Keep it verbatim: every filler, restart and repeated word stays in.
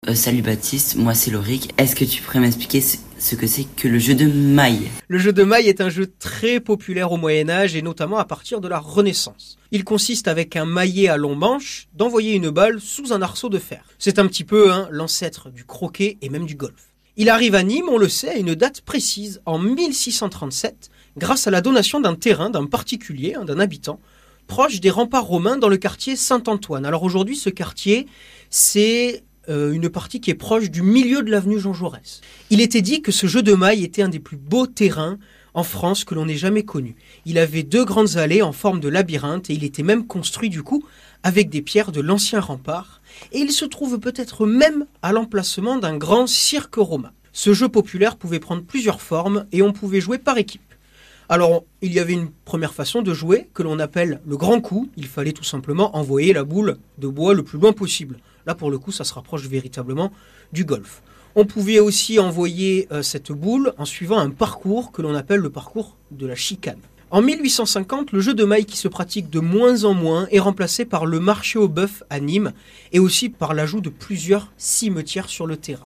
Euh, salut Baptiste, moi c'est Loric. Est-ce que tu pourrais m'expliquer ce ce que c'est que le jeu de maille? Le jeu de maille est un jeu très populaire au Moyen-Âge et notamment à partir de la Renaissance. Il consiste avec un maillet à long manche d'envoyer une balle sous un arceau de fer. C'est un petit peu hein, l'ancêtre du croquet et même du golf. Il arrive à Nîmes, on le sait, à une date précise, en mille six cent trente-sept, grâce à la donation d'un terrain d'un particulier, hein, d'un habitant, proche des remparts romains dans le quartier Saint-Antoine. Alors aujourd'hui, ce quartier, c'est euh, une partie qui est proche du milieu de l'avenue Jean Jaurès. Il était dit que ce jeu de maille était un des plus beaux terrains en France que l'on ait jamais connu. Il avait deux grandes allées en forme de labyrinthe et il était même construit du coup avec des pierres de l'ancien rempart. Et il se trouve peut-être même à l'emplacement d'un grand cirque romain. Ce jeu populaire pouvait prendre plusieurs formes et on pouvait jouer par équipe. Alors, il y avait une première façon de jouer que l'on appelle le grand coup. Il fallait tout simplement envoyer la boule de bois le plus loin possible. Là, pour le coup, ça se rapproche véritablement du golf. On pouvait aussi envoyer euh, cette boule en suivant un parcours que l'on appelle le parcours de la chicane. En mille huit cent cinquante, le jeu de maille qui se pratique de moins en moins est remplacé par le marché au bœuf à Nîmes et aussi par l'ajout de plusieurs cimetières sur le terrain.